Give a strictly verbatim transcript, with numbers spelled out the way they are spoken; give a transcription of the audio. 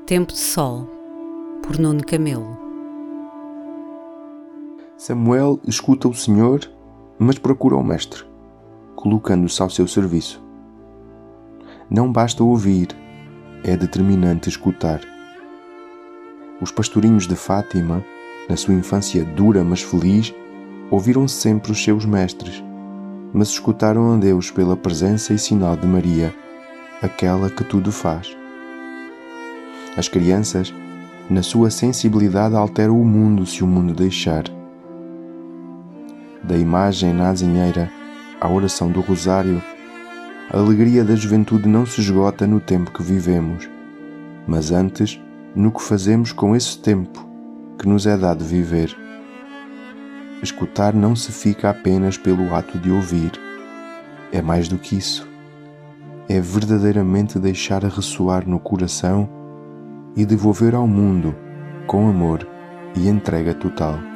Tempo de Sol, por Nuno Camelo. Samuel escuta o Senhor, mas procura o Mestre, colocando-se ao seu serviço. Não basta ouvir, é determinante escutar. Os pastorinhos de Fátima, na sua infância dura mas feliz, ouviram sempre os seus mestres, mas escutaram a Deus pela presença e sinal de Maria, aquela que tudo faz. As crianças, na sua sensibilidade, alteram o mundo se o mundo deixar. Da imagem na azinheira à oração do rosário, a alegria da juventude não se esgota no tempo que vivemos, mas antes no que fazemos com esse tempo que nos é dado viver. Escutar não se fica apenas pelo ato de ouvir, é mais do que isso. É verdadeiramente deixar ressoar no coração e devolver ao mundo com amor e entrega total.